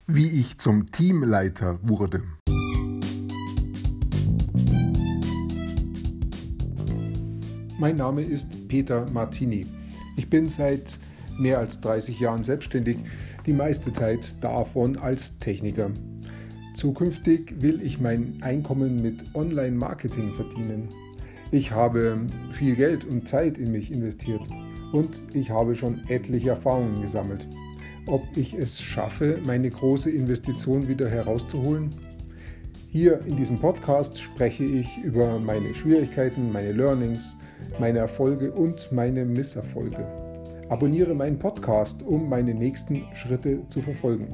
Wie ich zum Teamleiter wurde. Mein Name ist Peter Martini. Ich bin seit mehr als 30 Jahren selbstständig, die meiste Zeit davon als Techniker. Zukünftig will ich mein Einkommen mit Online-Marketing verdienen. Ich habe viel Geld und Zeit in mich investiert und ich habe schon etliche Erfahrungen gesammelt. Ob ich es schaffe, meine große Investition wieder herauszuholen? Hier in diesem Podcast spreche ich über meine Schwierigkeiten, meine Learnings, meine Erfolge und meine Misserfolge. Abonniere meinen Podcast, um meine nächsten Schritte zu verfolgen.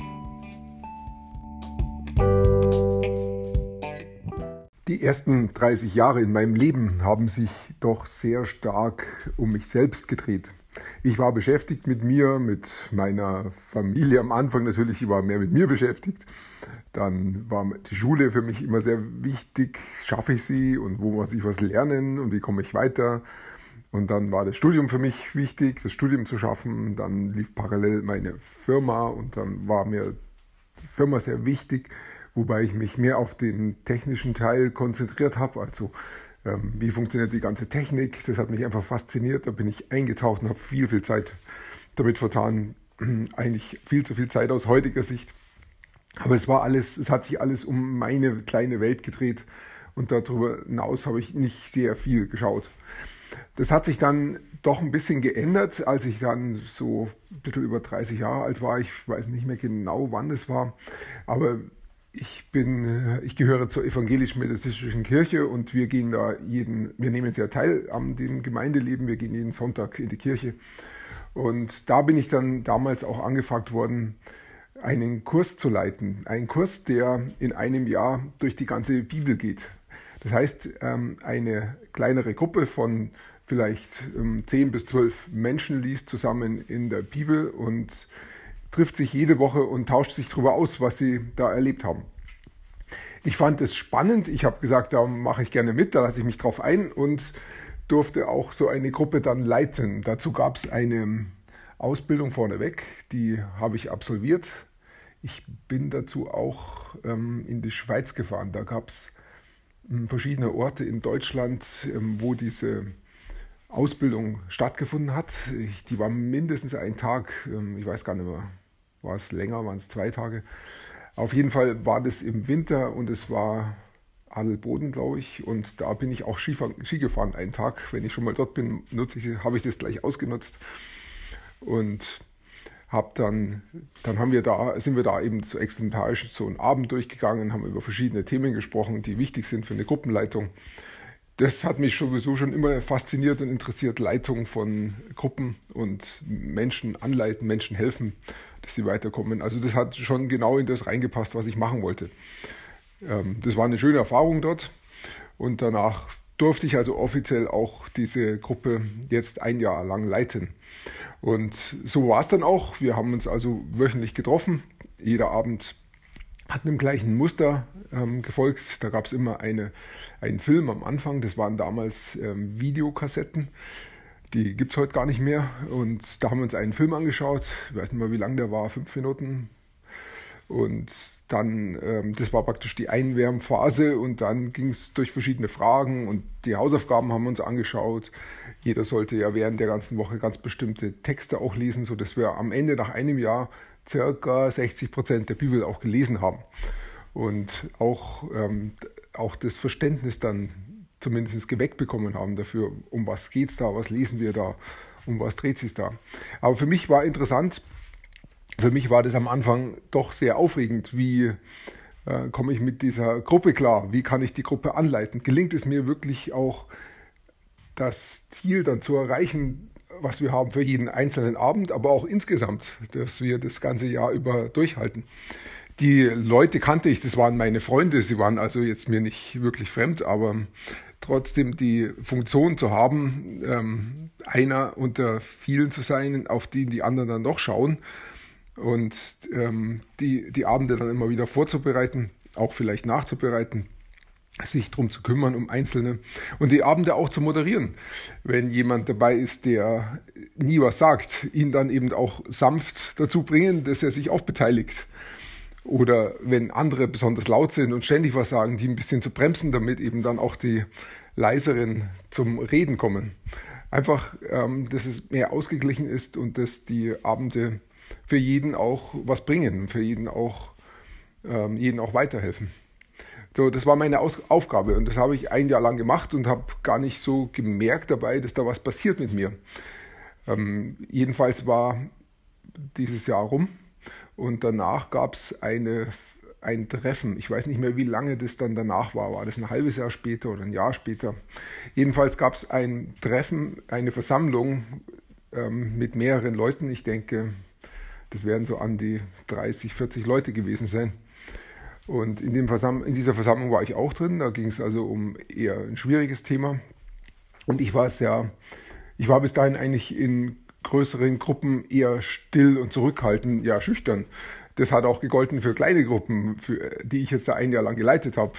Die ersten 30 Jahre in meinem Leben haben sich doch sehr stark um mich selbst gedreht. Ich war beschäftigt mit mir, mit meiner Familie am Anfang natürlich, ich war mehr mit mir beschäftigt. Dann war die Schule für mich immer sehr wichtig, schaffe ich sie und wo muss ich was lernen und wie komme ich weiter. Und dann war das Studium für mich wichtig, das Studium zu schaffen. Dann lief parallel meine Firma und dann war mir die Firma sehr wichtig, wobei ich mich mehr auf den technischen Teil konzentriert habe, also wie funktioniert die ganze Technik. Das hat mich einfach fasziniert, da bin ich eingetaucht und habe viel Zeit damit vertan, eigentlich viel zu viel Zeit aus heutiger Sicht. Aber es hat sich alles um meine kleine Welt gedreht und darüber hinaus habe ich nicht sehr viel geschaut. Das hat sich dann doch ein bisschen geändert, als ich dann so ein bisschen über 30 Jahre alt war. Ich weiß nicht mehr genau, wann das war, aber ich gehöre zur evangelisch-methodistischen Kirche und wir nehmen sehr teil an dem Gemeindeleben, wir gehen jeden Sonntag in die Kirche. Und da bin ich dann damals auch angefragt worden, einen Kurs zu leiten. Einen Kurs, der in einem Jahr durch die ganze Bibel geht. Das heißt, eine kleinere Gruppe von vielleicht 10 bis 12 Menschen liest zusammen in der Bibel und trifft sich jede Woche und tauscht sich darüber aus, was sie da erlebt haben. Ich fand es spannend. Ich habe gesagt, da mache ich gerne mit, da lasse ich mich drauf ein und durfte auch so eine Gruppe dann leiten. Dazu gab es eine Ausbildung vorneweg, die habe ich absolviert. Ich bin dazu auch in die Schweiz gefahren. Da gab es verschiedene Orte in Deutschland, wo diese Ausbildung stattgefunden hat. Die war mindestens ein Tag, ich weiß gar nicht mehr, war es länger, waren es 2 Tage. Auf jeden Fall war das im Winter und es war Adelboden, glaube ich. Und da bin ich auch Ski gefahren einen Tag. Wenn ich schon mal dort bin, habe ich das gleich ausgenutzt. Und sind wir da eben so exemplarisch so einen Abend durchgegangen, haben über verschiedene Themen gesprochen, die wichtig sind für eine Gruppenleitung. Das hat mich sowieso schon immer fasziniert und interessiert, Leitung von Gruppen und Menschen anleiten, Menschen helfen, dass sie weiterkommen. Also das hat schon genau in das reingepasst, was ich machen wollte. Das war eine schöne Erfahrung dort und danach durfte ich also offiziell auch diese Gruppe jetzt 1 Jahr lang leiten. Und so war es dann auch. Wir haben uns also wöchentlich getroffen. Jeder Abend hat einem gleichen Muster gefolgt. Da gab es immer einen Film am Anfang. Das waren damals Videokassetten. Die gibt es heute gar nicht mehr. Und da haben wir uns einen Film angeschaut. Ich weiß nicht mehr, wie lang der war, 5 Minuten. Und dann, das war praktisch die Einwärmphase und dann ging es durch verschiedene Fragen und die Hausaufgaben haben wir uns angeschaut. Jeder sollte ja während der ganzen Woche ganz bestimmte Texte auch lesen, sodass wir am Ende nach einem Jahr ca. 60% der Bibel auch gelesen haben. Und auch das Verständnis dann zumindest geweckt bekommen haben dafür, um was geht es da, was lesen wir da, um was dreht sich da. Aber für mich war interessant, für mich war das am Anfang doch sehr aufregend, wie komme ich mit dieser Gruppe klar, wie kann ich die Gruppe anleiten. Gelingt es mir wirklich auch, das Ziel dann zu erreichen, was wir haben für jeden einzelnen Abend, aber auch insgesamt, dass wir das ganze Jahr über durchhalten. Die Leute kannte ich, das waren meine Freunde, sie waren also jetzt mir nicht wirklich fremd, aber trotzdem die Funktion zu haben, einer unter vielen zu sein, auf die anderen dann doch schauen und die Abende dann immer wieder vorzubereiten, auch vielleicht nachzubereiten, sich darum zu kümmern, um Einzelne und die Abende auch zu moderieren. Wenn jemand dabei ist, der nie was sagt, ihn dann eben auch sanft dazu bringen, dass er sich auch beteiligt. oder wenn andere besonders laut sind und ständig was sagen, die ein bisschen zu bremsen, damit eben dann auch die leiseren zum Reden kommen. Einfach, dass es mehr ausgeglichen ist und dass die Abende für jeden auch was bringen und für jeden auch weiterhelfen. So, das war meine Aufgabe und das habe ich ein Jahr lang gemacht und habe gar nicht so gemerkt dabei, dass da was passiert mit mir. Jedenfalls war dieses Jahr rum und danach gab es ein Treffen. Ich weiß nicht mehr, wie lange das dann danach war. War das ein halbes Jahr später oder ein Jahr später? Jedenfalls gab es ein Treffen, eine Versammlung mit mehreren Leuten. Ich denke, das werden so an die 30, 40 Leute gewesen sein. Und in dieser Versammlung war ich auch drin. Da ging es also um eher ein schwieriges Thema. Und ich war bis dahin eigentlich in größeren Gruppen eher still und zurückhaltend, ja schüchtern. Das hat auch gegolten für kleine Gruppen, die ich jetzt da ein Jahr lang geleitet habe.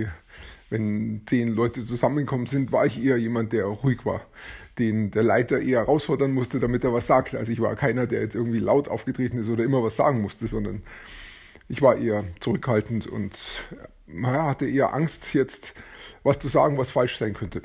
Wenn 10 Leute zusammengekommen sind, war ich eher jemand, der ruhig war, den der Leiter eher herausfordern musste, damit er was sagt. Also ich war keiner, der jetzt irgendwie laut aufgetreten ist oder immer was sagen musste, sondern ich war eher zurückhaltend und hatte eher Angst, jetzt was zu sagen, was falsch sein könnte.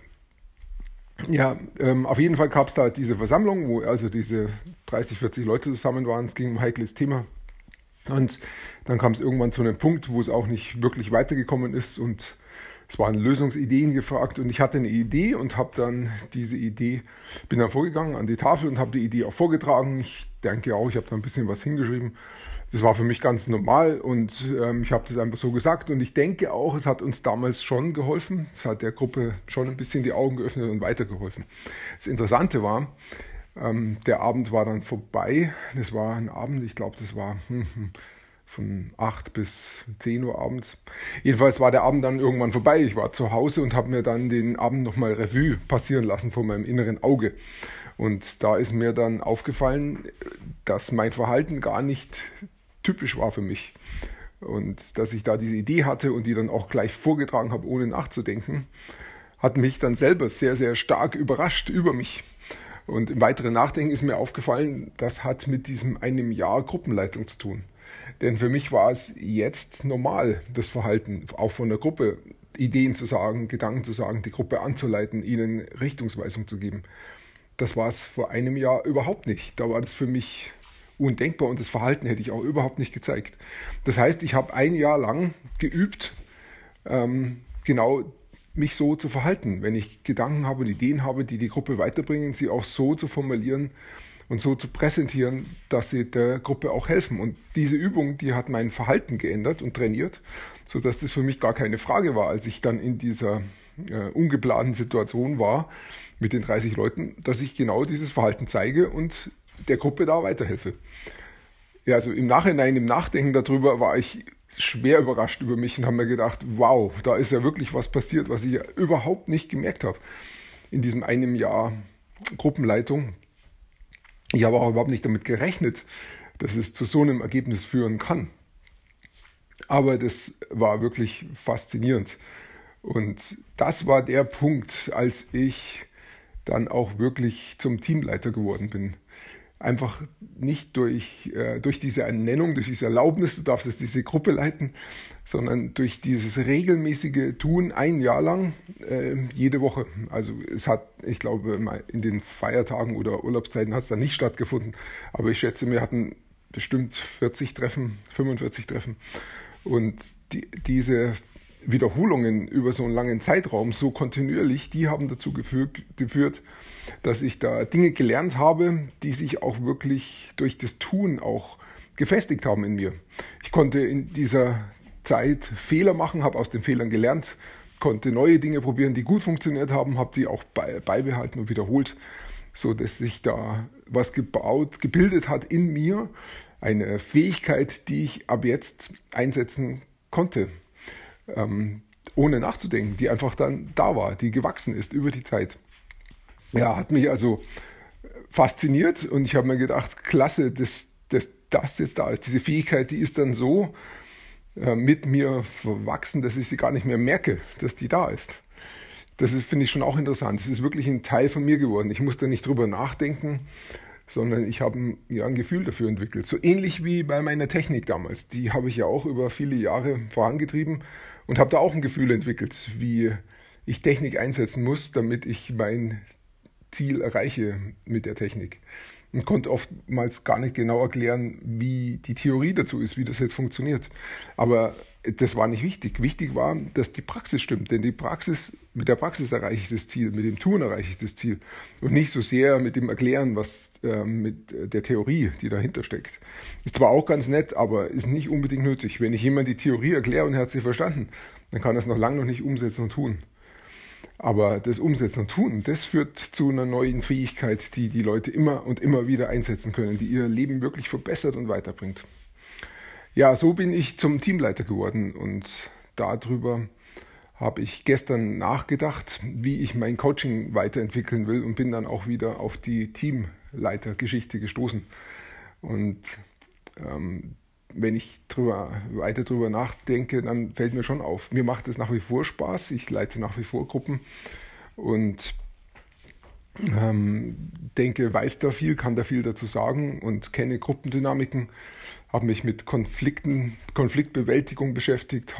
Ja, auf jeden Fall gab es da diese Versammlung, wo also diese 30, 40 Leute zusammen waren. Es ging um ein heikles Thema. Und dann kam es irgendwann zu einem Punkt, wo es auch nicht wirklich weitergekommen ist und es waren Lösungsideen gefragt und ich hatte eine Idee und habe dann bin dann vorgegangen an die Tafel und habe die Idee auch vorgetragen. Ich denke auch, ich habe da ein bisschen was hingeschrieben. Das war für mich ganz normal und ich habe das einfach so gesagt und ich denke auch, es hat uns damals schon geholfen. Es hat der Gruppe schon ein bisschen die Augen geöffnet und weitergeholfen. Das Interessante war, der Abend war dann vorbei. Das war ein Abend, ich glaube, das war von 8 bis 10 Uhr abends. Jedenfalls war der Abend dann irgendwann vorbei. Ich war zu Hause und habe mir dann den Abend nochmal Revue passieren lassen vor meinem inneren Auge. Und da ist mir dann aufgefallen, dass mein Verhalten gar nicht typisch war für mich. Und dass ich da diese Idee hatte und die dann auch gleich vorgetragen habe, ohne nachzudenken, hat mich dann selber sehr, sehr stark überrascht über mich. Und im weiteren Nachdenken ist mir aufgefallen, das hat mit diesem einem Jahr Gruppenleitung zu tun. Denn für mich war es jetzt normal, das Verhalten, auch von der Gruppe, Ideen zu sagen, Gedanken zu sagen, die Gruppe anzuleiten, ihnen Richtungsweisung zu geben. Das war es vor einem Jahr überhaupt nicht. Da war das für mich undenkbar und das Verhalten hätte ich auch überhaupt nicht gezeigt. Das heißt, ich habe ein Jahr lang geübt, genau mich so zu verhalten. Wenn ich Gedanken habe und Ideen habe, die die Gruppe weiterbringen, sie auch so zu formulieren und so zu präsentieren, dass sie der Gruppe auch helfen. Und diese Übung, die hat mein Verhalten geändert und trainiert, sodass das für mich gar keine Frage war, als ich dann in dieser ungeplanten Situation war mit den 30 Leuten, dass ich genau dieses Verhalten zeige und der Gruppe da weiterhelfe. Ja, also im Nachhinein, im Nachdenken darüber war ich schwer überrascht über mich und habe mir gedacht, wow, da ist ja wirklich was passiert, was ich ja überhaupt nicht gemerkt habe in diesem einem Jahr Gruppenleitung. Ich habe auch überhaupt nicht damit gerechnet, dass es zu so einem Ergebnis führen kann. Aber das war wirklich faszinierend. Und das war der Punkt, als ich dann auch wirklich zum Teamleiter geworden bin. Einfach nicht durch diese Ernennung, durch diese Erlaubnis, du darfst jetzt diese Gruppe leiten, sondern durch dieses regelmäßige Tun ein Jahr lang, jede Woche. Also es hat, ich glaube, in den Feiertagen oder Urlaubszeiten hat es dann nicht stattgefunden, aber ich schätze, wir hatten bestimmt 40 Treffen, 45 Treffen. Und diese Wiederholungen über so einen langen Zeitraum, so kontinuierlich, die haben dazu geführt, dass ich da Dinge gelernt habe, die sich auch wirklich durch das Tun auch gefestigt haben in mir. Ich konnte in dieser Zeit Fehler machen, habe aus den Fehlern gelernt, konnte neue Dinge probieren, die gut funktioniert haben, habe die auch beibehalten und wiederholt, so dass sich da was gebildet hat in mir, eine Fähigkeit, die ich ab jetzt einsetzen konnte, ohne nachzudenken, die einfach dann da war, die gewachsen ist über die Zeit. Ja, hat mich also fasziniert und ich habe mir gedacht, klasse, dass das jetzt da ist. Diese Fähigkeit, die ist dann so mit mir verwachsen, dass ich sie gar nicht mehr merke, dass die da ist. Das ist, finde ich, schon auch interessant. Das ist wirklich ein Teil von mir geworden. Ich musste nicht drüber nachdenken, sondern ich habe ein Gefühl dafür entwickelt. So ähnlich wie bei meiner Technik damals. Die habe ich ja auch über viele Jahre vorangetrieben und habe da auch ein Gefühl entwickelt, wie ich Technik einsetzen muss, damit ich mein Ziel erreiche mit der Technik. Und konnte oftmals gar nicht genau erklären, wie die Theorie dazu ist, wie das jetzt funktioniert. Aber das war nicht wichtig. Wichtig war, dass die Praxis stimmt. Denn mit der Praxis erreiche ich das Ziel, mit dem Tun erreiche ich das Ziel. Und nicht so sehr mit dem Erklären, was mit der Theorie, die dahinter steckt. Ist zwar auch ganz nett, aber ist nicht unbedingt nötig. Wenn ich jemand die Theorie erkläre und er hat sie verstanden, dann kann er es noch lange noch nicht umsetzen und tun. Aber das Umsetzen und Tun, das führt zu einer neuen Fähigkeit, die die Leute immer und immer wieder einsetzen können, die ihr Leben wirklich verbessert und weiterbringt. Ja, so bin ich zum Teamleiter geworden und darüber habe ich gestern nachgedacht, wie ich mein Coaching weiterentwickeln will und bin dann auch wieder auf die Teamleitergeschichte gestoßen. Und wenn ich weiter drüber nachdenke, dann fällt mir schon auf. Mir macht es nach wie vor Spaß. Ich leite nach wie vor Gruppen und denke, weiß da viel, kann da viel dazu sagen und kenne Gruppendynamiken, habe mich mit Konfliktbewältigung beschäftigt,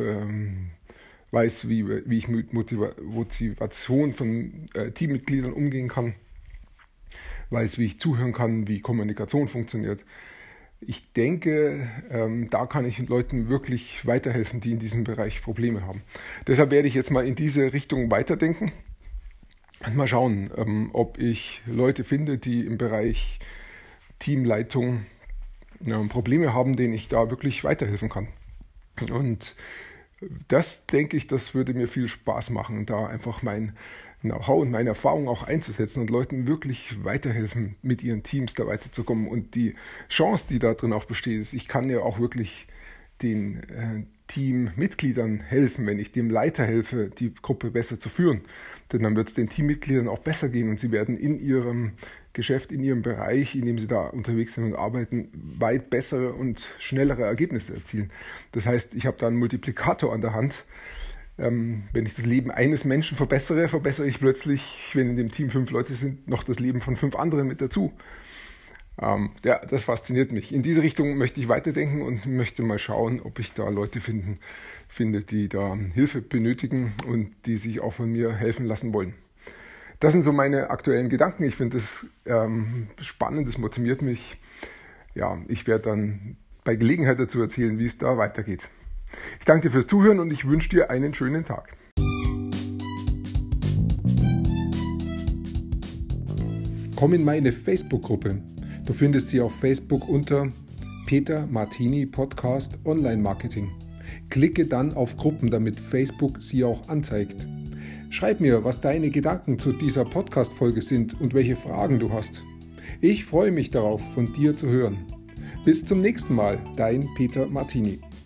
weiß, wie ich mit Motivation von Teammitgliedern umgehen kann, weiß, wie ich zuhören kann, wie Kommunikation funktioniert. Ich denke, da kann ich Leuten wirklich weiterhelfen, die in diesem Bereich Probleme haben. Deshalb werde ich jetzt mal in diese Richtung weiterdenken und mal schauen, ob ich Leute finde, die im Bereich Teamleitung Probleme haben, denen ich da wirklich weiterhelfen kann. Und das, denke ich, das würde mir viel Spaß machen, da einfach mein Know-how und meine Erfahrung auch einzusetzen und Leuten wirklich weiterhelfen, mit ihren Teams da weiterzukommen. Und die Chance, die da drin auch besteht, ist, ich kann ja auch wirklich den Teammitgliedern helfen, wenn ich dem Leiter helfe, die Gruppe besser zu führen. Denn dann wird es den Teammitgliedern auch besser gehen und sie werden in ihrem Geschäft, in ihrem Bereich, in dem sie da unterwegs sind und arbeiten, weit bessere und schnellere Ergebnisse erzielen. Das heißt, ich habe da einen Multiplikator an der Hand. Wenn ich das Leben eines Menschen verbessere, verbessere ich plötzlich, wenn in dem Team 5 Leute sind, noch das Leben von 5 anderen mit dazu. Ja, das fasziniert mich. In diese Richtung möchte ich weiterdenken und möchte mal schauen, ob ich da Leute finde, die da Hilfe benötigen und die sich auch von mir helfen lassen wollen. Das sind so meine aktuellen Gedanken. Ich finde das spannend, das motiviert mich. Ja, ich werde dann bei Gelegenheit dazu erzählen, wie es da weitergeht. Ich danke dir fürs Zuhören und ich wünsche dir einen schönen Tag. Komm in meine Facebook-Gruppe. Du findest sie auf Facebook unter Peter Martini Podcast Online Marketing. Klicke dann auf Gruppen, damit Facebook sie auch anzeigt. Schreib mir, was deine Gedanken zu dieser Podcast-Folge sind und welche Fragen du hast. Ich freue mich darauf, von dir zu hören. Bis zum nächsten Mal, dein Peter Martini.